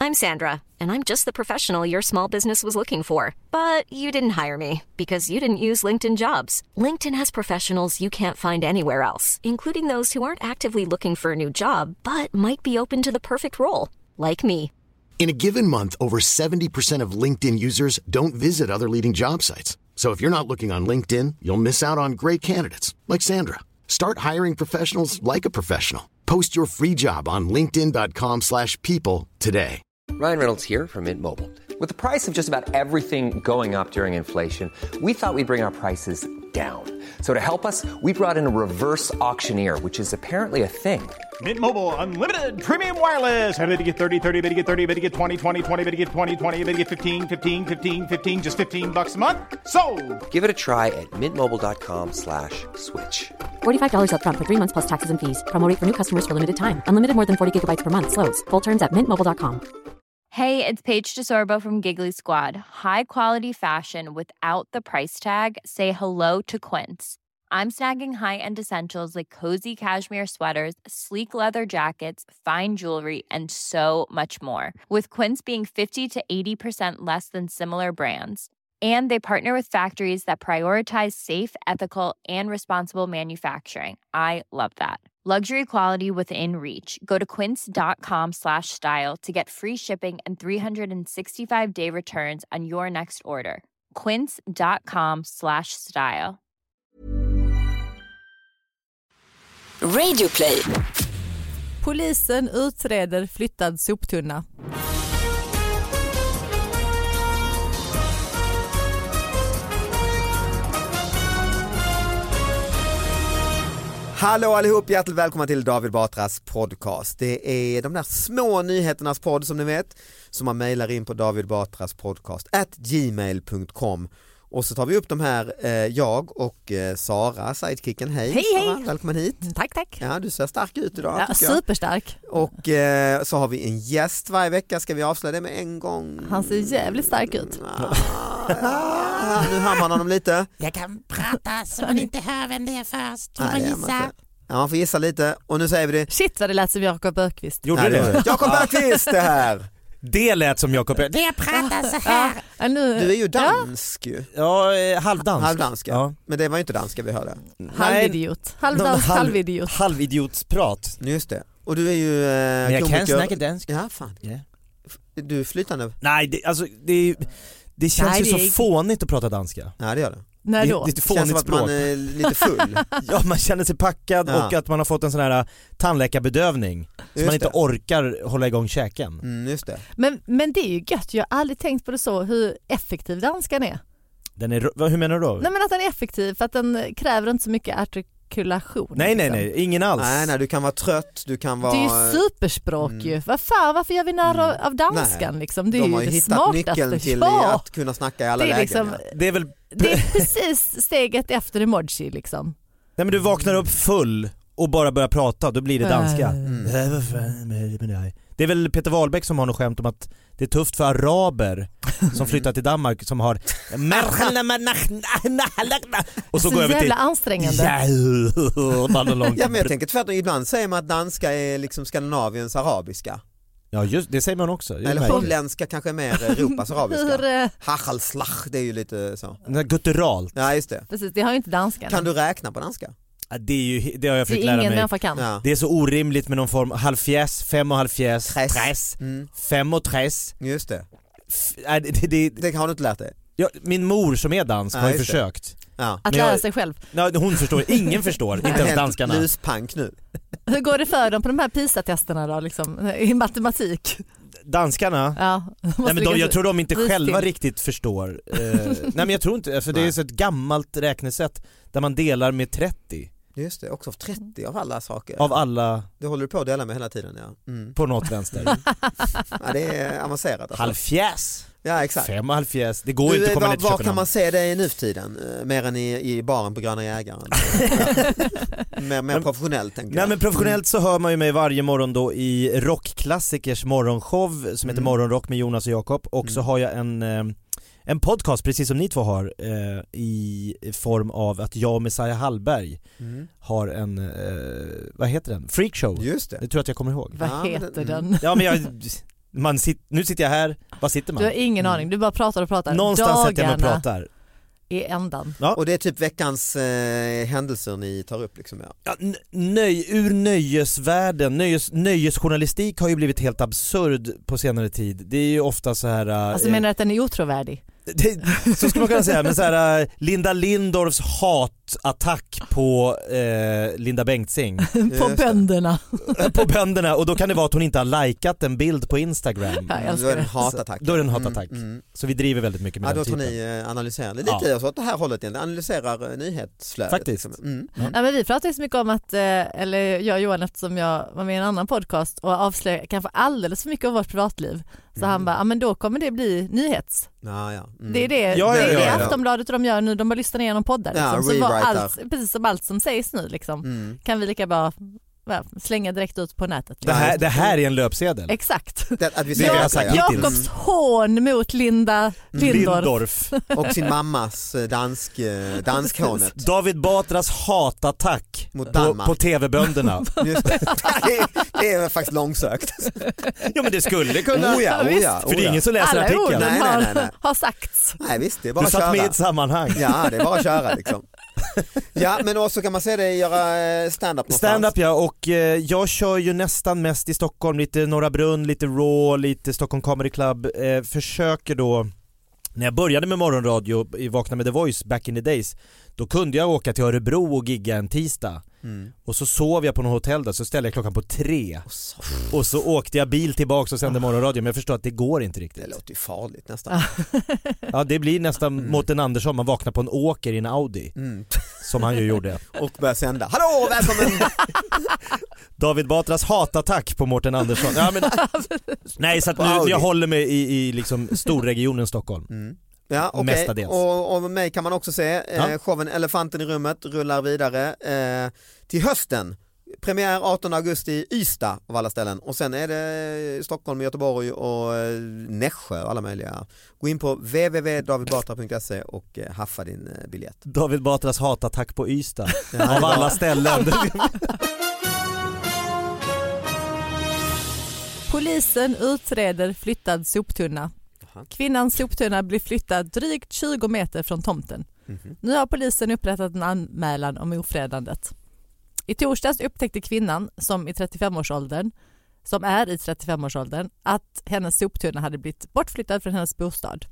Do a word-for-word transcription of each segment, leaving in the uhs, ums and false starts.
I'm Sandra, and I'm just the professional your small business was looking for. But you didn't hire me because you didn't use LinkedIn Jobs. LinkedIn has professionals you can't find anywhere else, including those who aren't actively looking for a new job, but might be open to the perfect role, like me. In a given month, over seventy percent of LinkedIn users don't visit other leading job sites. So if you're not looking on LinkedIn, you'll miss out on great candidates like Sandra. Start hiring professionals like a professional. Post your free job on linkedin dot com slash people today. Ryan Reynolds here from Mint Mobile. With the price of just about everything going up during inflation, we thought we'd bring our prices down. So to help us, we brought in a reverse auctioneer, which is apparently a thing. Mint Mobile Unlimited Premium Wireless. How to get thirty, thirty, how to get thirty, how to get twenty, twenty, twenty, how to get twenty, twenty, how to get fifteen, fifteen, fifteen, fifteen, just fifteen bucks a month? Sold! Give it a try at mintmobile.com slash switch. forty-five dollars up front for three months plus taxes and fees. Promo rate for new customers for limited time. Unlimited more than forty gigabytes per month. Slows full terms at mint mobile dot com. Hey, it's Paige DeSorbo from Giggly Squad. High quality fashion without the price tag. Say hello to Quince. I'm snagging high-end essentials like cozy cashmere sweaters, sleek leather jackets, fine jewelry, and so much more. With Quince being fifty to eighty percent less than similar brands. And they partner with factories that prioritize safe, ethical, and responsible manufacturing. I love that. Luxury quality within reach. Go to quince.com slash style to get free shipping and three sixty-five day returns on your next order. Quince.com slash style. Radio Play. Polisen utreder flyttad soptunna. Hallå allihop, hjärtligt välkomna till David Batras podcast. Det är de där små nyheternas podd som ni vet, som man mejlar in på davidbatraspodcast at gmail dot com. Och så tar vi upp de här, eh, jag och eh, Sara, sidekicken. Hej, hej, Sara, hej. Välkommen hit. Tack, tack. Ja, du ser stark ut idag. Ja, superstark. Och eh, så har vi en gäst varje vecka, ska vi avslöja det med en gång? Han ser jävligt stark ut. Ah, ja, nu hör man honom lite. Jag kan prata så man inte hör vem det är först. Man får Nej, gissa. man ja, man får gissa lite. Och nu säger vi det. Shit vad det lät som Jakob Ökvist. Gjorde det? Jakob Ökvist det här. Det lät som Jakob. Det jag pratar så här. Ja, nu, du är ju dansk ju. Ja, eh, halvdansk. Halvdansk, ja. Men det var ju inte danska vi hörde. Halvidiot. Halvdansk, halv, halvidiot. Halvidiots-prat. Just det. Och du är ju eh, Men jag komiker. kan snacka dansk. Ja, fan. Yeah. Du är flytande. Nej, det, alltså det, är ju, det känns Nej, ju det så är... fånigt att prata danska. Ja, det gör det. När då? Det, det är ett känns som fånigt att språk. man är lite full. Ja, man känner sig packad Ja. och att man har fått en sån här tandläkarbedövning. Så Just man inte det. orkar hålla igång käken. Mm, just det. Men, men det är ju gött, jag har aldrig tänkt på det så, hur effektiv danskan är. Den är, vad, hur menar du då? Nej, men att den är effektiv för att den kräver inte så mycket artikulation. Nej, nej, liksom. nej, ingen alls. Nej, nej, du kan vara trött, du kan vara... Det är ju superspråk mm. ju. Vad fan, varför gör vi narr av, av danskan liksom? Det är De ju har ju det hittat smartaste. nyckeln till ja. att kunna snacka i alla det är lägen. liksom, ja. Det är väl... Det är precis steget efter emoji liksom. Nej, men du vaknar upp full och bara börjar prata, då blir det danska. Mm. Det är väl Peter Wahlbeck som har något skämt om att det är tufft för araber som flyttar till Danmark som har och så, så går över till ansträngande. Ja, men jag tänker tvärtom, ibland säger man att danska är liksom Skandinaviens arabiska. Ja, just det säger man också. Eller holländska kanske är mer Europas arabiska. Hur, Hachalslach, det är ju lite så. Gutturalt. Ja, just det. Precis, det har ju inte danskan. Kan du räkna på danska? Ja, det, är ju, det har jag försökt lära mig. Ingen kan. Ja. Det är så orimligt med någon form halvfjäs, fem och halvfjäs, Tres. tres, Mm. fem och tres. Just det. F- äh, det, det, Det har du inte lärt dig? ja, min mor som är dansk Ja, har ju just det. försökt. Ja. Att Men lära jag- sig själv. Nej, hon förstår, ingen förstår, inte ens danskarna. Luspank nu. Hur går det för dem på de här PISA-testerna då liksom, i matematik? Danskarna? Ja. Nej, men de, jag tror de inte Vis själva till. riktigt förstår. Eh, nej, men jag tror inte, för det är så ett gammalt räknesätt där man delar med trettio. Just det, också trettio av alla saker. Av alla. Det håller du på att dela med hela tiden, ja. Mm. På något vänster. Ja, det är avancerat. Alltså. Halvfjäs. Ja, exakt. Fem och halvfjäs. Det går ju du, inte att komma var, ner till var Köpenhamn. kan man se det i nu för tiden? Eh, Mer än i, i baren på Gröna Jägaren. mer, mer professionellt tänker Nej, jag. men professionellt så hör man ju mig varje morgon då i Rockklassikers morgonshow som heter Mm. Morgonrock med Jonas och Jakob. Och så Mm. har jag en, eh, en podcast precis som ni två har eh, i form av att jag och Messiah Hallberg Mm. har en, eh, vad heter den? Freakshow. Just det. Det tror jag att jag kommer ihåg. Vad Ja, men heter det- den? Ja, men jag... man sit, nu sitter jag här, var sitter man? Du har ingen aning, du bara pratar och pratar. Någonstans sätter jag mig och pratar. I ändan. Ja. Och det är typ veckans eh, händelser ni tar upp liksom. Ja. Ja, nöj, ur nöjesvärlden, nöjes, nöjesjournalistik har ju blivit helt absurd på senare tid. Det är ju ofta så här... Alltså eh, menar du att den är otrovärdig? Det, så skulle man kunna säga, men så här, uh, Linda Lindorffs hatattack på uh, Linda Bengtzing på bönderna på bönderna, och då kan det vara att hon inte har likat en bild på Instagram. Ja, då är det en hatattack. Då är det en hatattack. Mm, mm. Så vi driver väldigt mycket med ja, den då tar typen. ni uh, analyserar lite ja. så åt det här hållet igen. Analyserar uh, nyhetsflödet. Faktiskt. Liksom. Mm. Ja. Ja, men vi pratar ju så mycket om att, uh, eller jag och Johan, eftersom jag var med i en annan podcast och avslöjade kanske alldeles för mycket om vårt privatliv. Så mm. han bara, ja men då kommer det bli nyhets. Ja, ja. Mm. Det är det, ja, det, är ja, det ja, ja. Aftonbladet och de gör nu, de bara lyssnar igenom poddar. Liksom. Ja, så var allt, precis som allt som sägs nu liksom, mm. kan vi lika bara slänga direkt ut på nätet. Det här, det här är en löpsedel. Exakt. Det, att vi det vi har sagt ja. Jakobs hån mot Linda Lindorff. Lindorff. Och sin mammas dansk, danskhånet. David Batras hatattack mot på, på tv-bönderna. Just det. Det, är, det är faktiskt långsökt. Ja, men det skulle kunna. Oh ja, oh ja, För det är ingen som läser alla artikeln. Orden nej, nej, nej, nej. Har, har sagts. Nej visst, det är bara du att satt köra. med i ett sammanhang. Ja, det är bara att köra liksom. Ja, men också kan man se det göra stand-up någonstans. Stand-up, ja, och eh, jag kör ju nästan mest i Stockholm, lite Norra Brunn, lite Raw, lite Stockholm Comedy Club. Eh, försöker då, när jag började med morgonradio i Vakna med The Voice back in the days, då kunde jag åka till Örebro och gigga en tisdag. Mm. Och så sov jag på något hotell där, så ställde jag klockan på tre. Och så, och så åkte jag bil tillbaka och sände morgonradio, men jag förstår att det går inte riktigt. Det låter ju farligt nästan. Ja, det blir nästan mm. mot en Andersson, man vaknar på en åker i en Audi. Mm. Som han ju gjorde. Och börjar sända. Hallå, välkommen! David Batras hatattack på Mårten Andersson. Ja, men, nej, så att nu, jag håller mig i, i liksom storregionen Stockholm. Mm. Ja, okej. Okay. Och, och mig kan man också se. Ja. Eh, showen Elefanten i rummet rullar vidare eh, till hösten. Premiär artonde augusti i Ystad av alla ställen. Och sen är det Stockholm, Göteborg och eh, Nässjö och alla möjliga. Gå in på w w w punkt david batra punkt se och eh, haffa din eh, biljett. David Batras hatattack på Ystad. Ja, av alla ställen. Polisen utreder flyttad soptunna. Kvinnans soptunna blir flyttad drygt tjugo meter från tomten. Mm-hmm. Nu har polisen upprättat en anmälan om ofredandet. I torsdags upptäckte kvinnan, som i trettiofemårsåldern, som är i trettiofemårsåldern, att hennes soptunna hade blivit bortflyttad från hennes bostad.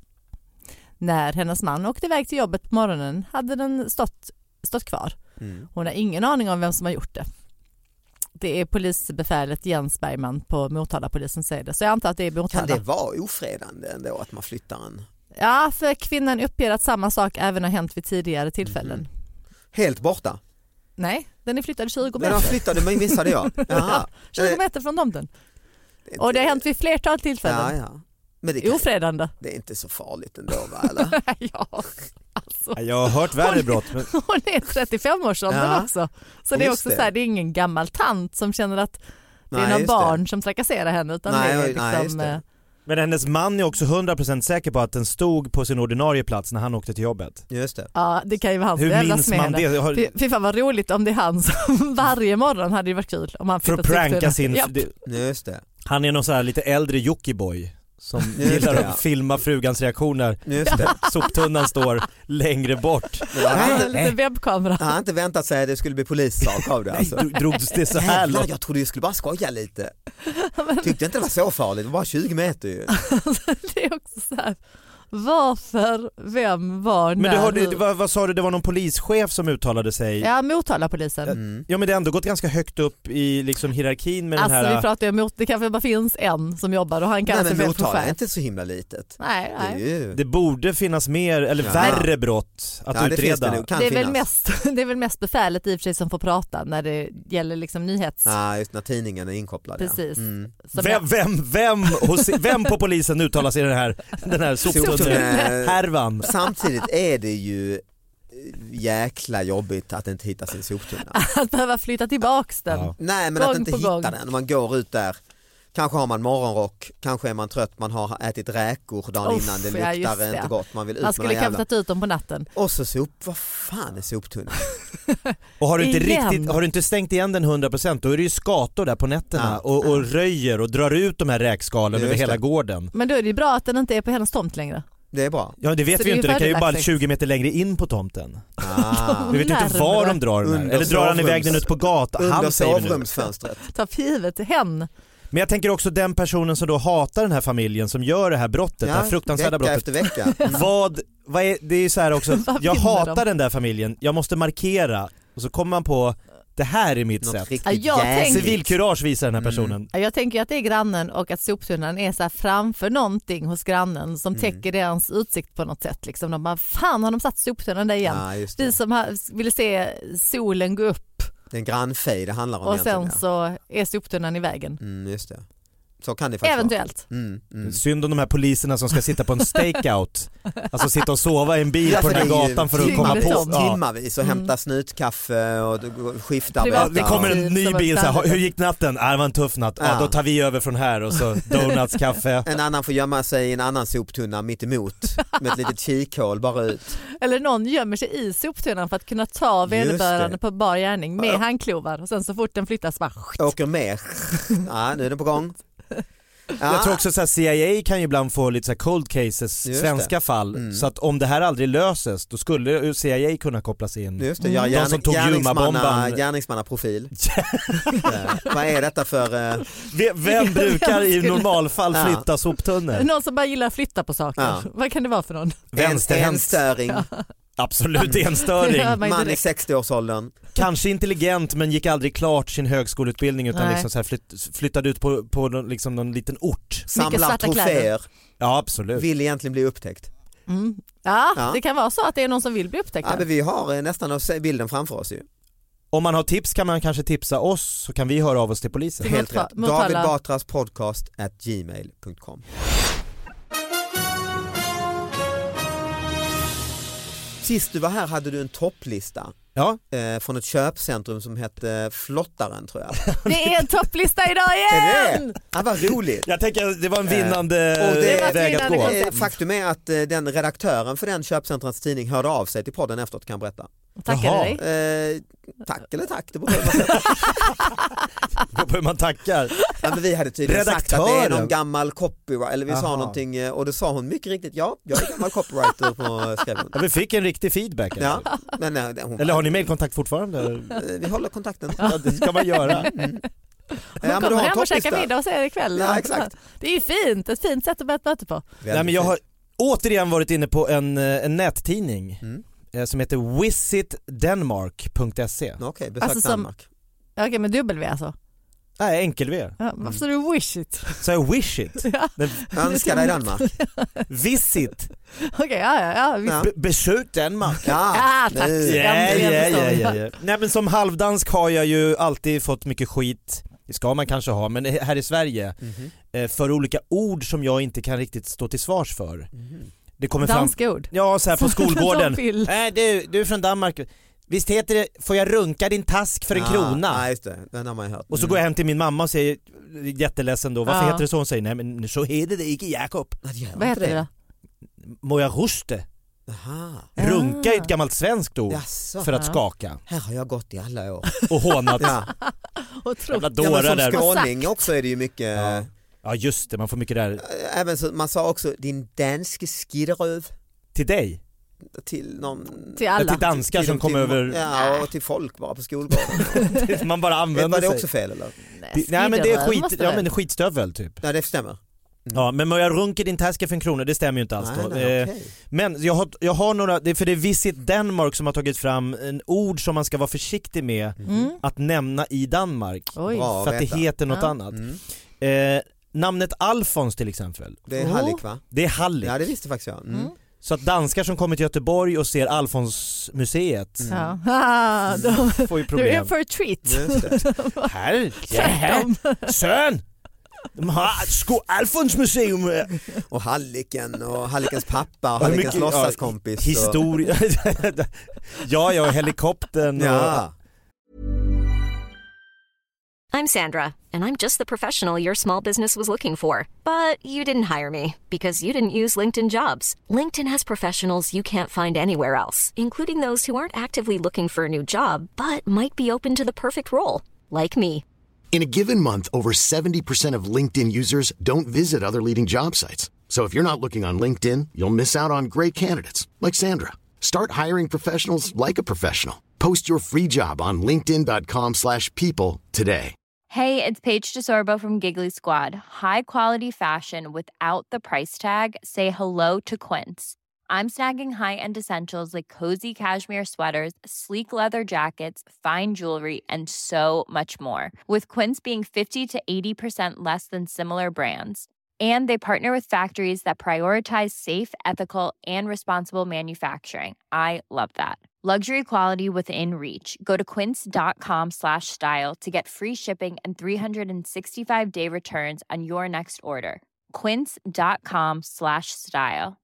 När hennes man åkte iväg till jobbet på morgonen hade den stått, stått kvar. Mm. Hon har ingen aning om vem som har gjort det. Det är polisbefälet Jens Bergman på Motala-polisen säger det. Så jag antar att det är Motala. Kan det vara ofredande ändå att man flyttar en? Ja, för kvinnan uppger att samma sak även har hänt vid tidigare tillfällen. Mm. Helt borta? Nej, den är flyttad tjugo meter. Men den flyttade, men missade jag. Ja, tjugo meter från tomten. Det inte... Och det har hänt vid flertal tillfällen. Ja, ja. Men det kan... Ofredande. Det är inte så farligt ändå, va? Eller? Ja, alltså. Jag har hört värre brott. Men... Hon är trettiofemårsåldern ja. också. Så det är också det. Så här, det är ingen gammal tant som känner att det är någon barn det. Som trakasserar henne. Utan nej, det är liksom, nej, men hennes man är också hundra procent säker på att den stod på sin ordinarie plats när han åkte till jobbet. Just det. Ja, det kan ju vara hans. Hur minns man det? Har... Fy, fy fan vad roligt om det är han som varje morgon hade ju varit kul. Om han för att pranka sin... Japp. Just det. Han är någon så här lite äldre Jockiboi som gillar att filma frugans reaktioner. Just det. Soptunnan står längre bort. Lite webbkamera. Han har inte väntat sig att det skulle bli polissak av det. Alltså. Nej, drogs det så här långt? Jag trodde jag skulle bara skoja lite. Tyckte inte det var så farligt, det var bara tjugo meter ju. Det är också så här. Varför, vem, var, men när? Men hörde, vad, vad sa du, det var någon polischef som uttalade sig? Ja, Motala-polisen. Mm. Ja, men det har ändå gått ganska högt upp i liksom hierarkin med alltså, den här... vi pratar ju om, det kanske bara finns en som jobbar och han kan nej, sig men Motala är inte så himla litet. Nej, nej. Det, ju... det borde finnas mer, eller ja. värre brott att ja, utreda. Det, det, det, är väl mest, det är väl mest befälet i och för sig som får prata när det gäller liksom nyhets... Ja, just när tidningen är inkopplad. Precis. Ja. Mm. Vem, jag... vem, vem, hos, vem på polisen uttalar sig i den här, den här soptunnan? Härvan. Samtidigt är det ju jäkla jobbigt att inte hitta sin soptunna. Att behöva flytta tillbaks den. Ja. Nej, men gång att inte hitta gång. Den. Om man går ut där Kanske har man morgonrock, kanske är man trött, man har ätit räkor dagen Uff, innan, det ja, luktar just det. inte gott, man vill ut Man med skulle den kanske jävla. tagit ut dem på natten. Och så sop, vad fan är soptunnan? Och har du inte Igen. riktigt, har du inte stängt igen den hundra procent, då är det ju skator där på nätterna Ja. och, och röjer och drar ut de här räkskalen Just över hela det. gården. Men då är det ju bra att den inte är på hennes tomt längre. Det är bra. Ja, det vet Så vi det är ju inte, det kan ju bara fördelaktigt. tjugo meter längre in på tomten. Ah. Vi vet ju inte var de drar den här. Under Eller drar han iväg sovrums- den ut på gatan? Under Han säger vi nu. sovrumsfönstret. Ta för givet hen. Men jag tänker också den personen som då hatar den här familjen som gör det här brottet, det här fruktansvärda vecka brottet. efter vecka. Vad, vad är, det är ju så här också, Vad jag vinner hatar de? den där familjen, jag måste markera och så kommer man på, det här är mitt Något sätt. riktigt Ja, jag jävligt. Civilkurage visar den här personen. Ja, jag tänker att det är grannen och att soptunnan är så här framför någonting hos grannen som Mm. täcker deras utsikt på något sätt. Liksom. De bara, fan har de satt soptunnan där igen? Ja, just det. Vi som har, ville se solen gå upp Det är en grannfej det handlar om och egentligen. sen så är soptunnan i vägen. Ja. Mm, just det. Så kan det faktiskt Eventuellt. vara. Mm, mm. Synd om de här poliserna som ska sitta på en stakeout, alltså sitta och sova i en bil Ja, på för den här det är ju gatan för att komma dygnet på. om. Ja. Timmarvis och Mm. hämta snutkaffe och skifta. Privat- Det kommer en ny Som bil, ett så här, knallet. hur gick natten? Ah, det var en tuff natt, ja, Ja. då tar vi över från här och så donuts, kaffe. En annan får gömma sig i en annan soptunna mitt emot med ett litet kikhål bara ut. Eller någon gömmer sig i soptunnan för att kunna ta vederbörande det. på bar gärning med Ja. handklovar och sen så fort den flyttas bara... Åker med. Ja, nu är det på gång. Ja. Jag tror också att C I A kan ju ibland få lite så här cold cases, Just svenska det. fall, Mm. så att om det här aldrig löses då skulle C I A kunna kopplas in. Just det, Mm. jag De gärning, som tog gärningsmanna, Juma-bomban. gärningsmannaprofil. eh, vad är detta för... Eh, Ve- Vem brukar i skulle- normalfall Ja. flytta soptunnor? Någon som bara gillar att flytta på saker. Ja. Vad kan det vara för någon? en, Vänsterhänt. enstöring, Absolut enstöring. Ja, man är man i direkt. sextio-årsåldern. Kanske intelligent men gick aldrig klart sin högskoleutbildning utan Nej. liksom så här flytt, flyttade ut på, på någon, liksom någon liten ort. Samlar svarta troféer, kläder. Ja absolut. vill egentligen bli upptäckt. Mm. Ja, Ja. det kan vara så att det är någon som vill bli upptäckt. Ja, men vi har eh, nästan bilden framför oss ju. Om man har tips kan man kanske tipsa oss så kan vi höra av oss till polisen. Till Helt Motala- rätt. Motala. David Batras podcast at gmail punkt com. Sist du var här hade du en topplista Ja, eh, från ett köpcentrum som hette Flottaren tror jag. Det är en topplista idag Är igen! det? Ja, vad roligt. jag tänker att det var en vinnande Och det- Det var ett väg att vinnande gå. koncept. Eh, Faktum är att eh, den redaktören för den köpcentrums tidning hörde av sig till podden efteråt, kan jag berätta. Tackar Jaha. dig. Eh, tack eller tack, det beror på hur man säger. Hur man tackar. Ja, men vi hade tydligen sagt att det är Redaktören. någon gammal copyright, eller vi sa Aha. någonting eh, och då sa hon mycket riktigt, ja, jag är gammal copywriter på skrev hon. Ja, vi fick en riktig feedback. Ja, Alltså. men eh, hon, Eller har ni mailkontakt fortfarande? eh, vi håller kontakten. Ja, det ska man göra. Mm. Hon Ja, men du kommer har en hem och käkar topplista. middag och säger ikväll. Ja, exakt. Det är ju fint, ett fint sätt att börja ett möte på. Nej, men jag har återigen varit inne på en, eh, en nättidning Mm. eh, som heter visit denmark punkt se. Okej, besök Alltså som- Danmark. Ja, okej, men dubbel-V alltså. Nej, enkel-V. Ja, varför sa du wish it? Så jag wish it. Ja. Men Önska dig Danmark. visit. Okej, ja, ja, ja. visst. Ja. Be- besök Danmark. Ja, Ja, tack. nu. Ja, Ja, men ja, jag förstår. ja, ja, ja. Nej, men som halvdansk har jag ju alltid fått mycket skit, det ska man kanske ha, men här i Sverige Mhm. eh, för olika ord som jag inte kan riktigt stå till svars för. Mhm. Det kommer fram, Danska ord. ja, så här på Som skolgården. de vill. Nej, du, du är från Danmark. Visst heter det, får jag runka din task för en Ja, krona? Ja, just det, den har man ju hört. Och så går jag hem till min mamma och säger, jätteledsen då, varför Ja. heter det så? Hon säger, nej men så heter det inte Jakob. Nej, det gör Vad inte heter det då? Må jag ruste? Aha. Runka är ett gammalt svenskt ord Jaså. för att Ja. skaka Här har jag gått i alla år. och hånat. Ja. Otroligt. Jävla Ja, men dårar som där. skåning också är det ju mycket, Ja. Ja just det, man får mycket där. även så, man sa också din danske skidröv Till dig? till någon... Till Ja, alla. till danskar till- som kom till- över, Ja, och till folk bara på skolgården. man bara Var använder det sig. också fel eller? Det- Nej men det är Skidröv skit, måste ja väl? men det är skitstövel typ. Nej, det stämmer. Ja men må jag runka din taske för en krona, det stämmer ju inte alls Nej, då. nej, Eh, okej. Men jag har, jag har några, det är för det är Visit Denmark som har tagit fram en ord som man ska vara försiktig med Mm. att nämna i Danmark. Oj. Bra. För att det veta. heter något Ja. annat. Mm. Eh, namnet Alfons till exempel, Det är Oh. Hallik va? det är Hallik. Ja, det visste faktiskt jag. Mm. Mm. Så att danskar som kommer till Göteborg och ser Alfonsmuseet Mm. Ja. Ah, de, får ju they're problem. in for a treat. Just det. Här, ja, här, Sön! De har sko Alfonsmuseum. Och Halliken och Hallikens pappa och hur Hallikens mycket- låtsaskompis. och- Historia. Ja, ja, helikoptern och... Ja. I'm Sandra, and I'm just the professional your small business was looking for. But you didn't hire me because you didn't use LinkedIn Jobs. LinkedIn has professionals you can't find anywhere else, including those who aren't actively looking for a new job, but might be open to the perfect role, like me. In a given month, over seventy percent of LinkedIn users don't visit other leading job sites. So if you're not looking on LinkedIn, you'll miss out on great candidates like Sandra. Start hiring professionals like a professional. Post your free job on linkedin dot com slash people today. Hey, it's Paige DeSorbo from Giggly Squad. High quality fashion without the price tag. Say hello to Quince. I'm snagging high-end essentials like cozy cashmere sweaters, sleek leather jackets, fine jewelry, and so much more. With Quince being fifty to eighty percent less than similar brands. And they partner with factories that prioritize safe, ethical, and responsible manufacturing. I love that. Luxury quality within reach. Go to quince.com slash style to get free shipping and three sixty-five day returns on your next order. Quince.com slash style.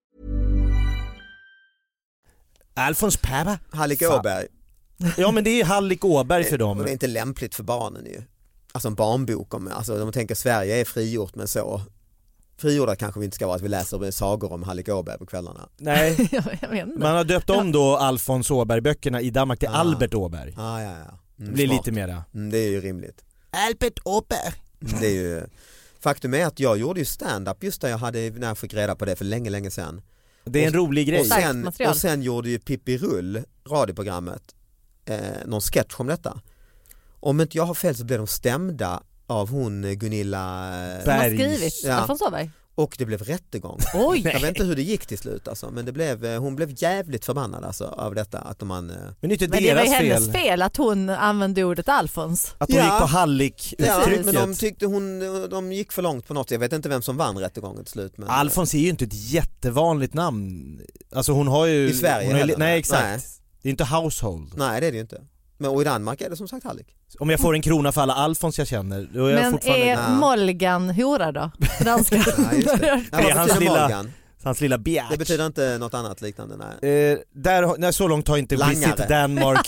Alfons pappa. Hallik Åberg. Ja, men det är Hallik Åberg för dem. Och det är inte lämpligt för barnen ju. Alltså en barnbok om, alltså de tänker Sverige är frigjort, men så frigjorda kanske vi inte ska vara, att vi läser sagor om Hallik Åberg på kvällarna. Nej, jag vet inte. Man har döpt om då Alfons Åberg-böckerna i Danmark till ah. Albert Åberg. Ah, ja, ja. Mm, det blir smart. lite mera. Mm, det är ju rimligt. Albert Åberg. Mm, det är ju, faktum är att jag gjorde ju stand-up just där jag hade, när jag fick reda på det för länge, länge sedan. Det är en och, rolig grej. Och sen, och sen gjorde ju Pippi Rull, radioprogrammet, eh, någon sketch om detta. Om inte jag har fel så blev de stämda av hon Gunilla Berg. Som har skrivit, ja. Alfons Åberg. Och det blev rättegång. Oj. Jag vet inte hur det gick till slut alltså, men det blev, hon blev jävligt förbannad alltså, av detta. Att man, men inte men deras det var hennes fel. fel att hon använde ordet Alfons. Att hon ja. gick på Hallik. Ja, men de tyckte hon, de gick för långt på något. Jag vet inte vem som vann rättegången till slut. Men... Alfons är ju inte ett jättevanligt namn. Alltså hon har ju... I Sverige hon har, heller, nej, exakt. Nej. Det är inte household. Nej, det är det ju inte. Men och i Danmark är det som sagt Hallik. Om jag får en krona för alla Alfons jag känner, då är jag men fortfarande... är Molgan hora då? Danska. Ja, just det. Ja, det är hans lilla, Molgan? hans lilla bjärt. Det betyder inte något annat liknande, nej. Eh, där, nej, så långt har inte Langare. Visit Danmark.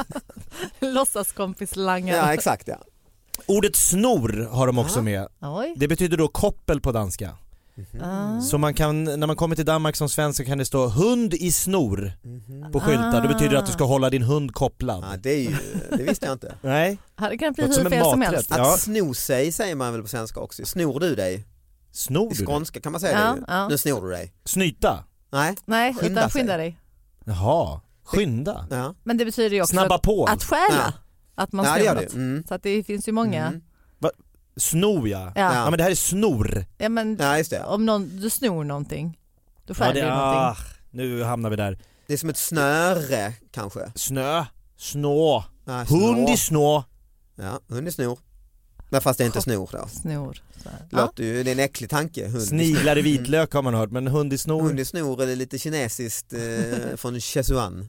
Låtsaskompis langare. Ja, exakt ja. Ordet snor har de också med. Oj. Det betyder då koppel på danska. Mm-hmm. Så man kan, när man kommer till Danmark som svensk så kan det stå hund i snor mm-hmm. på skyltar. Det betyder att du ska hålla din hund kopplad. Ja, det, är ju, det visste jag inte. Nej. Det kan bli Något hur som fel som maträtt. helst. Att Ja. sno sig säger man väl på svenska också. Snor du dig? Snor I du? skånska kan man säga Ja, det ju. ja. Nu snor du dig. Snyta? Nej, Nej, Skynda utan sig. skynda dig. Jaha, skynda. ja. Men det betyder ju också Snabba att, på. att stjäla. Ja. Att man Ja, det snor gör något. det. Mm. Så att det finns ju många. Mm. Snor ja. Ja. Ja men det här är snor. Ja, men Ja, just det. om någon, du snor någonting, då skär Ja, du det, någonting. ah, nu hamnar vi där. Det är som ett snöre kanske. Snö, snå, Ja, snor. hund i snå. Ja, hund i snor. Men fast det är inte snor då. Snor. Så här. Det låter ju, det är en äcklig tanke. Hund i Sniglar i snor. vitlök har man hört, men hund i snor. Hund i snor är lite kinesiskt eh, från Chesuan.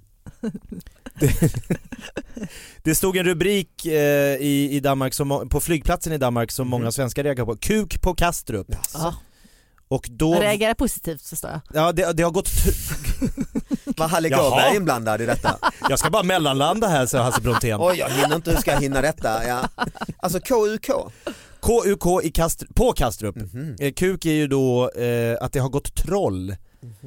Det stod en rubrik eh, i, i Danmark som, på flygplatsen i Danmark som många svenskar reagerar på. Kuk på Kastrup. Ja. Och då... Jag reagerar positivt, förstår jag. Ja, det, det har gått... Var Hallik Jaha. Åberg inblandad i detta? Jag ska bara mellanlanda här, så Hasse Brontén. Oj, jag hinner inte, hur ska jag hinna detta? Ja. Alltså K U K. K U K i Kastrup, på Kastrup. Mhm. Eh, Kuk är ju då eh, att det har gått troll.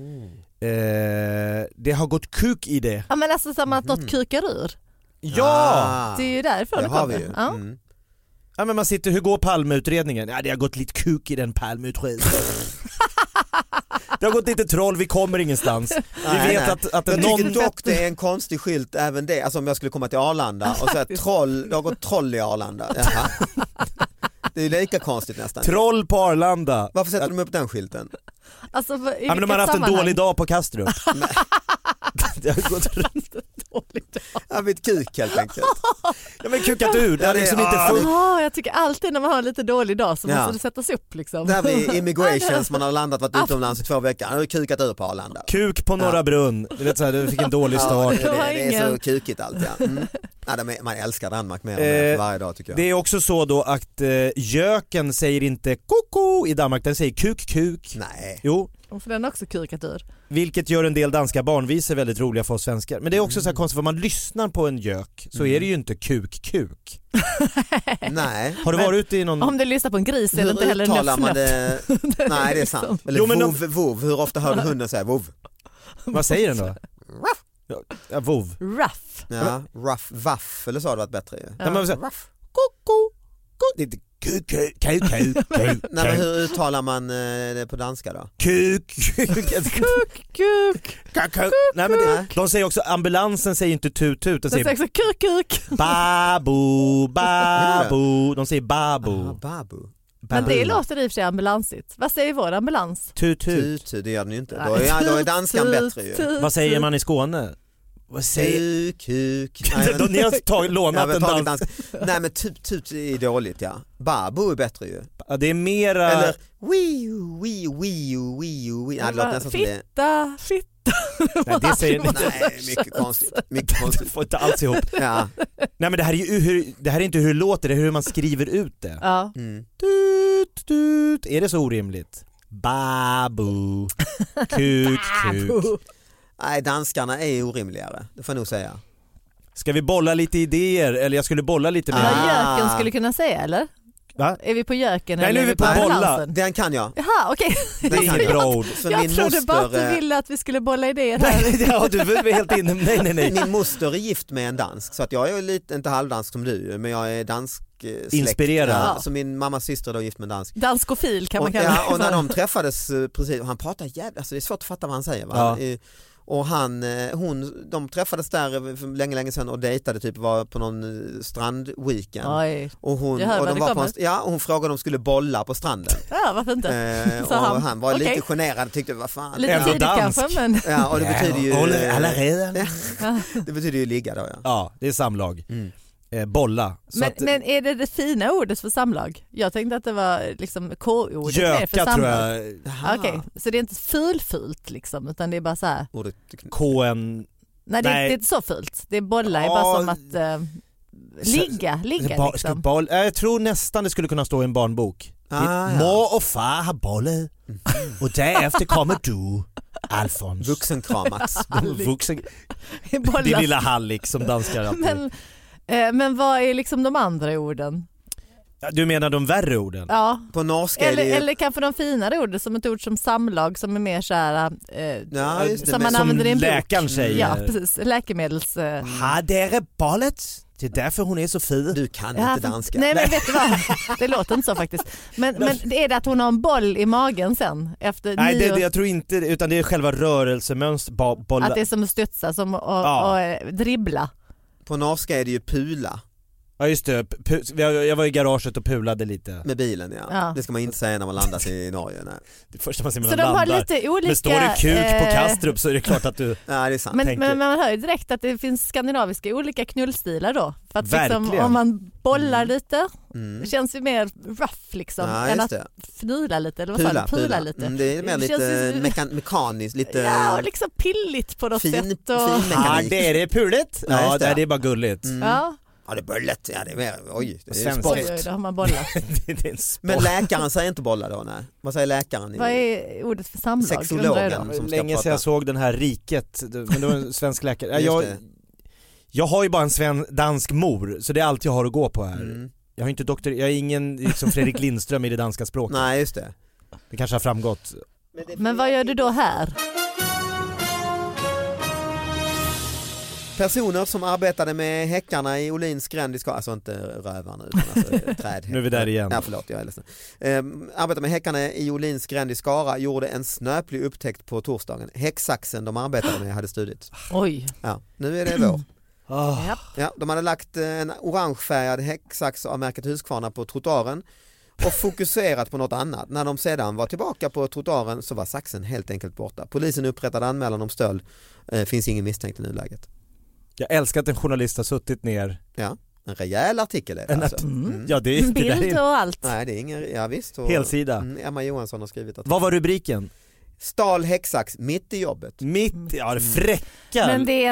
Eh, det har gått kuk i det. Ja, men alltså som att något kukar ur. Ja! Ah, Det är ju därför det det har vi kommer. ju. Ja. Mm. Ja, men man sitter, hur går Palmeutredningen? Ja, det har gått lite kuk i den Palmeutredningen. Det har gått lite troll, vi kommer ingenstans. Vi Nej, vet nej. att, att Jag någon... tycker dock det är en konstig skylt även det. Alltså om jag skulle komma till Arlanda och säga troll, det har gått troll i Arlanda. Jaha. Det är lika konstigt nästan. Troll på Arlanda. Varför sätter de upp den skylten? Alltså, för, i Ja, men de har vilket haft en sammanhang? dålig dag på Kastrup. Det har gått... Dålig dag. Ja, vid kuk helt enkelt. Ja, men kukat ur, det har Ja, det- liksom inte ah, funnits. Ja, jag tycker alltid när man har en lite dålig dag så Ja. måste det sättas upp liksom. Där vid immigrations, man har landat, varit utomlands i två veckor. Han har ju kukat ur på Arlanda. Kuk på Norra Ja. Brunn. Du vet så här, du fick en dålig Ja, start. det, det, det är så ingen- kukigt allt ja. Mm. Ja, de är, man älskar Danmark mer och mer Eh, varje dag tycker jag. Det är också så då att eh, göken säger inte koko i Danmark, den säger kuk kuk. Nej. Jo. Och för den är också kurkatur. Vilket gör en del danska barnvisor väldigt roliga för oss svenskar. Men det är också mm. så här konstigt, för man lyssnar på en gök så mm. är det ju inte kuk kuk. Nej. Har du varit ute i någon... Om du lyssnar på en gris är det inte heller uttalar nöff, man det? Nej, det är sant. Eller jo, men vov, vov. Hur ofta hör du hunden säga vov? Vad säger den då? Ja, vov. Ruff. Ja, ruff, vaff. Eller så har det varit bättre ju. Ja. Ja, ruff. Koko. Det är inte kuk, kuk, kuk, kuk. Nej, men hur uttalar man det på danska då? Kuk, kuk, kuk, kuk. Nej, men det, de säger också, ambulansen säger inte tut tut, de säger, säger också kuk, kuk. Babu, babu. De säger babu. Ah, babu. Men det låter i och för sig ambulansigt. Vad säger vår ambulans? Tut tut. Tut, det gör den ju inte. Då är, då är danskan bättre ju. Vad säger man i Skåne? Vad säger... Kuk, kuk. Nej, men... Ni har tagit, lånat en dans. dans. Nej, men tut, tut är dåligt, ja. Babu är bättre ju. Ja, det är mera... Eller wiu, wiu, wiu, wiu, wiu. Nej, det låter nästan som det. Fitta, fitta. Nej, det säger... Nej, mycket konstigt. Mycket konstigt. Får inte alls ihop. Ja. Nej, men det här är ju hur, det här är inte hur det låter, det är hur man skriver ut det. Ja. Mm. Tut, tut. Är det så orimligt? Babu. Kuk, kuk. Nej, danskarna är orimligare, det får jag nog säga. Ska vi bolla lite idéer? Eller jag skulle bolla lite mer. Vad ah. göken skulle kunna säga, eller? Va? Är vi på göken? Nej, eller nu är vi på bolla. Den kan jag. Jaha, okej. Okay. Det är inget bra ord. Jag min trodde moster, bara att du ville att vi skulle bolla idéer här. Nej, ja, du var helt inne. Nej, nej, nej. Min moster är gift med en dansk, så att jag är lite, inte halvdansk som du, men jag är dansk släkt. Inspirerad. Ja, så min mammas syster då gift med dansk. Danskofil kan man kalla det. det. Ja, och när de träffades, precis, han pratar jävligt, alltså det är svårt att fatta vad han säger, va? Ja. Och han, hon, de träffades där för länge, länge sedan och dejtade, typ var på någon strandweekend. Oj. Och hon, och de var på en, ja, och hon frågade om de skulle bolla på stranden. Ja, varför inte? Eh, och han, han var okay. lite generad, tyckte vad fan. Lite tidigt kanske, men... Ja, och det betyder ju... Alla redan. Det betyder ju ligga då, ja. Ja, det är samlag. Mm. Eh, bolla. Så men, att, men är det det fina ordet för samlag? Jag tänkte att det var liksom K-ordet göka, för samlag. Tror jag. Okej, okay. Så det är inte fulfult liksom, utan det är bara så här. Ordet... K N... Nej, det är, det är inte så fult. Det är bolla, är bara som att uh, ligga, ligga ba, liksom. Boll, jag tror nästan det skulle kunna stå i en barnbok. Ah, ja. Mor och far har bollat mm. och därefter kommer du, Alfons. Vuxenkramats. Vuxen... Det lilla hallick som danskar alltid. Men, eh, men vad är liksom de andra orden? Du menar de värre orden? Ja. På norska eller, är det... eller kanske de finare orden, som ett ord som samlag, som är mer kära eh, ja, just det, som man som använder i en läkaren bok. säger. Ja, precis. Läkemedels... Eh... Ha, det är bollet. Det är därför hon är så fin. Du kan ja, inte danska. Nej, men vet du vad? Det låter inte så faktiskt. Men, men är det att hon har en boll i magen sen? Efter nej, nio... det, det, jag tror inte, utan det är själva rörelsemönster. Bo, bolla. Att det är som att studsa, som att ja. och, dribbla. På norska är det ju pula. Ja just det, jag var i garaget och pulade lite. Med bilen, ja. ja. Det ska man inte säga när man landar i Norge. Nej. Det första man ser när man så landar. De har lite olika, men står det kuk eh... på Kastrup så är det klart att du... Ja, det är sant. Men, men, men man hör ju direkt att det finns skandinaviska olika knullstilar då. För att liksom, verkligen. Om man bollar mm. lite, mm. det känns ju mer rough liksom. Ja, än att det. fnula lite. Eller vad pula, fan, pula, pula lite. Mm, det är mer det lite ju... mekan- mekaniskt. Lite... Ja, och liksom pilligt på något fin, sätt. Och... Fin ja, det är det puligt. Ja, ja det. det är bara gulligt. Mm. Ja. Ja, det är bullet. Ja, det är mer, oj, det är Svensk, sport. Oj, oj, då har man bollat. det är en sport. Men läkaren säger inte bolla då, nej. Vad säger läkaren? Vad är ordet för samlag? Sexologen som länge sedan jag såg den här Riket, men det var en svensk läkare. Ja, jag, jag har ju bara en sven, dansk mor, så det är allt jag har att gå på här. Mm. Jag har inte doktor, jag är ingen liksom Fredrik Lindström i det danska språket. Nej, just det. Det kanske har framgått. Men, men vad gör du då här? Personer som arbetade med häckarna i Åhlins gränd i Skara, alltså inte rövarna utan alltså träd. Nu är vi där igen. Ja, förlåt, jag är ledsen. Um, arbetade med häckarna i Åhlins gränd i Skara, gjorde en snöplig upptäckt på torsdagen. Häcksaxen de arbetade med hade stulit. Oj. Ja, nu är det vår. Oh. Ja, de hade lagt en orangefärgad häcksax av märket Husqvarna på trottoaren och fokuserat på något annat. När de sedan var tillbaka på trottoaren så var saxen helt enkelt borta. Polisen upprättade anmälan om stöld. Uh, finns ingen misstänkt i nuläget. Jag älskar att en journalist har suttit ner. Ja, en rejäl artikel är det alltså. Mm. Ja, det är inte bild och allt. Nej, det är ingen, ja visst. Och, helsida. Mm, Emma Johansson har skrivit att... Vad var rubriken? Stal häcksax mitt i jobbet. Mitt, ja det fräckar. Men det är en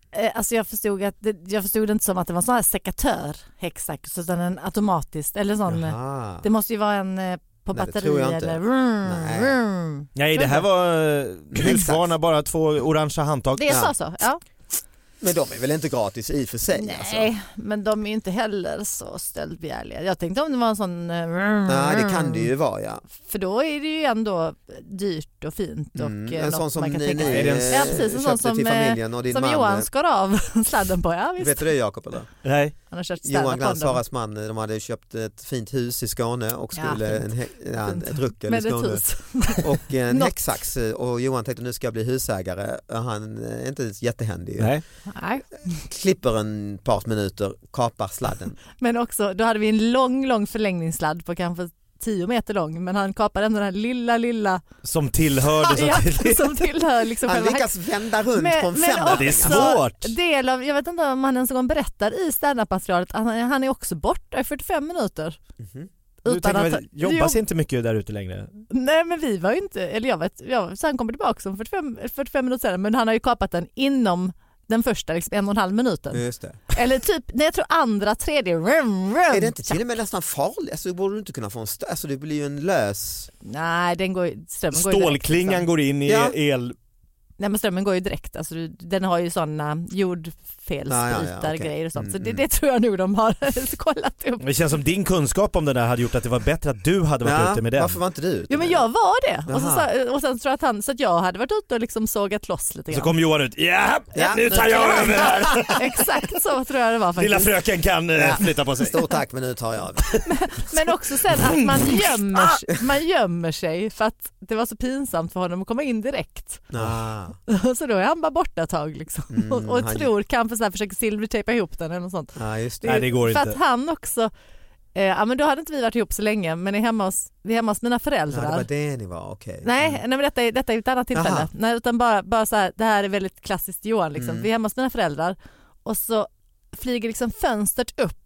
Alltså jag förstod att det, jag förstod det inte som att det var en sån här sekatör häcksax utan en automatiskt eller sån. Jaha. Det måste ju vara en på Nej, batteri eller vroom, Nej. Vroom. Nej, det här var Husqvarna, bara två orangea handtag. Det är så så, ja. Men de är väl inte gratis i och för sig? Nej, alltså. Men de är inte heller så stöldbegärliga. Jag tänkte om det var en sån... Nej, det kan det ju vara, ja. För då är det ju ändå dyrt och fint och mm, en något sån som man kan ni, tänka ni sig. Ja, precis, en sån som, till familjen och din som man. Johan skar av sladden på, ja visst. Vet du det, Jakob, eller? Nej. Han har kört Johan Glans, Saras man, de hade köpt ett fint hus i Skåne och skulle ja, en, ja, ett ruckel med i Skåne. Och en häcksax, och Johan tänkte nu ska jag bli husägare. Han är inte jättehändig. Nej. Nej. Klipper en par minuter, kapar sladden. Men också, då hade vi en lång, lång förlängningssladd på kanske tio meter lång, men han kapade ändå den här lilla, lilla... Som tillhörde så ja, till... som tillhör liksom han lyckas vända runt men, på en men femma. Det är svårt. Del av, jag vet inte om han ens en gång berättar i stand-up-materialet att han, han är också borta i fyrtiofem minuter. Mm-hmm. Utan att, att, jobbas jo, inte mycket där ute längre. Nej, men vi var ju inte, eller jag vet, jag, så han kommer tillbaka om fyrtiofem, fyrtiofem minuter sedan, men han har ju kapat den inom den första liksom en och en halv minuten. Just det. Eller typ, nej, jag tror andra, tredje. Rum, rum. Är det inte till och med nästan farligt? Alltså, borde du inte kunna få en stö- alltså det blir ju en lös... Nej, den går, strömmen går ju direkt. Stålklingan liksom. Går in i ja. el... Nej, men strömmen går ju direkt. Alltså, den har ju sådana jordfelsbrytar ja, ja, ja, okay. grejer och sånt. Mm, så det, det tror jag nog de har kollat upp. Det känns som din kunskap om det där hade gjort att det var bättre att du hade varit ja, ute med det. Varför var inte du ute? Ja, men jag var det. Och, så, och sen tror jag att han, så att jag hade varit ute och liksom sågat loss lite grann. Så kom Johan ut. Ja, ja nu tar jag över här. Exakt så tror jag det var faktiskt. Lilla fröken kan ja. flytta på sig. Stort tack, men nu tar jag över. men, men också sen att man gömmer, man gömmer sig för att det var så pinsamt för honom att komma in direkt. Ah. Så då är han bara borta ett tag liksom. Mm, och, och tror kanske så här försöker silvertejpa ihop den eller något sånt. Ja, just det. Nej, det går för inte. Att han också eh, ja, men då hade inte vi varit ihop så länge, men är hemma hos, vi är hemma hos mina föräldrar. Ja, det var det ni var, okej. Okay. Nej, nej, men detta är, detta är ett annat tillfälle. Nej, utan bara, bara så här, det här är väldigt klassiskt Johan liksom. Mm. Vi är hemma hos mina föräldrar och så flyger liksom fönstret upp.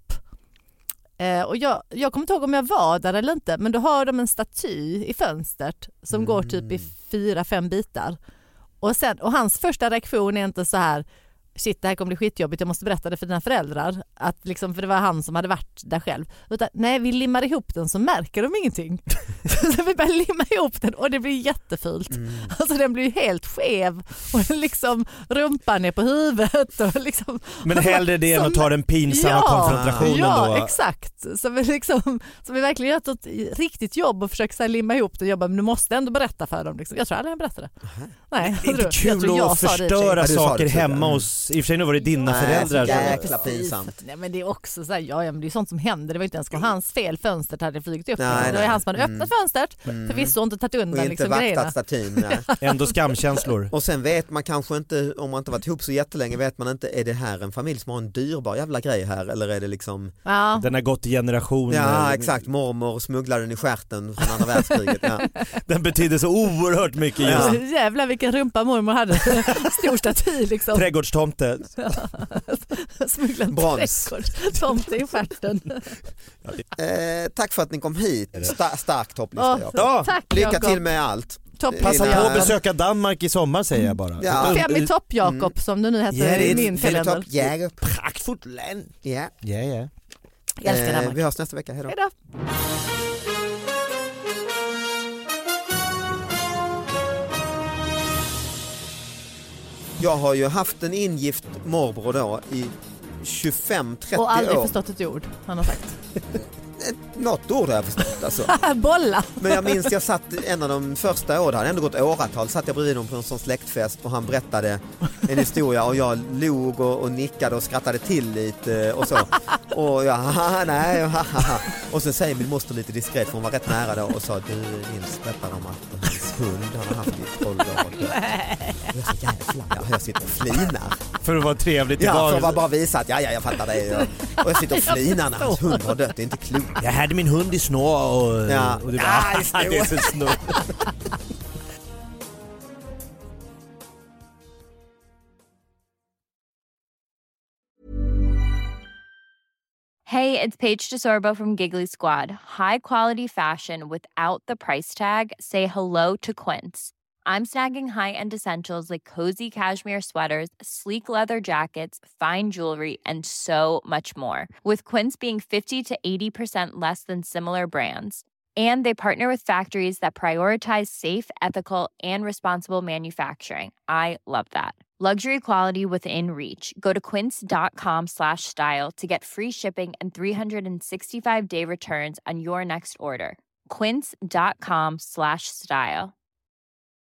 Eh, och jag, jag kommer inte ihåg om jag var där eller inte, men då har de en staty i fönstret som mm. går typ i fyra, fem bitar. Och, sen, och hans första reaktion är inte så här, shit, det här kommer bli skitjobbigt, jag måste berätta det för dina föräldrar. Att liksom, för det var han som hade varit där själv. Utan, nej, vi limmar ihop den så märker de ingenting. Så vi börjar limma ihop den och det blir jättefult. Mm. Alltså den blir helt skev och liksom rumpan är på huvudet. Och liksom, men hellre det än att ta den pinsamma ja, konfrontationen ja, då. Ja, exakt. Så vi, liksom, så vi verkligen gör ett riktigt jobb och försöker så här, limma ihop det och jobba, men du måste ändå berätta för dem. Liksom. Jag tror aldrig jag berättade. Uh-huh. Nej, det är inte kul jag att förstöra saker hemma hos, i och för sig nu var det dina nej, föräldrar. Jäkla pinsamt. Nej, men det är också så här, ja, men det är sånt som händer. Det var inte ens hans fel, fönstret hade flugit upp. Nej, det var hans man öppnat mm. fönstret, mm. förvisso inte tagit undan och inte liksom, vaktat grejerna. statyn. Ändå skamkänslor. Och sen vet man kanske inte, om man inte varit ihop så jättelänge, vet man inte, är det här en familj som har en dyrbar jävla grej här, eller är det liksom... Ja. Den har gått i generationer. Ja, exakt. Mormor smugglade den i stjärten från andra världskriget. Ja. Den betyder så oerhört mycket just. Ja. Jävlar vilken rumpa mormor hade. Stor staty liksom. Trädgårdstomte. Ja. Smugglat trädgårdstomte i stjärten. eh, tack för att ni kom hit. Star- stark topplista. Oh, ja. Tack, lycka till med allt. Passa på att besöka Danmark i sommar säger jag bara. Ja. Fem i topp Jakob mm. som du nu heter yeah, i min kalender. Ja, praktfullt land. Ja. Ja, ja. Jag älskar Danmark. Eh, vi hörs nästa vecka. Hej då. Hej då. Jag har ju haft en ingift morbror då i tjugofem trettio år. Och aldrig förstått ett ord han har sagt. Något ord har jag förstått alltså. Bolla. Men jag minns jag satt en av de första åren, det hade ändå gått åratal, satt jag bredvid honom på en sån släktfest och han berättade en historia och jag log och, och nickade och skrattade till lite och så. Och jag, haha, nej, haha. Och sen säger min moster lite diskret, för hon var rätt nära då och sa, du Nils berättade om att hans hund han har haft i tolv år. Och jag så jävla, ja, jag sitter och flinar. För att vara trevligt ja, tillbaka. Ja, för att bara visa att ja, ja, jag fattar det. Och jag sitter och flinar när hans hund har dött, det är inte klokt. Jag hade min hund i snår och, ja. och det var ja, det är så snor. Hey, it's Paige DeSorbo from Giggly Squad. High quality fashion without the price tag. Say hello to Quince. I'm snagging high-end essentials like cozy cashmere sweaters, sleek leather jackets, fine jewelry, and so much more. With Quince being fifty to eighty percent less than similar brands. And they partner with factories that prioritize safe, ethical, and responsible manufacturing. I love that. Luxury quality within reach. Go to quince.com slash style to get free shipping and three sixty-five day returns on your next order. Quince.com slash style.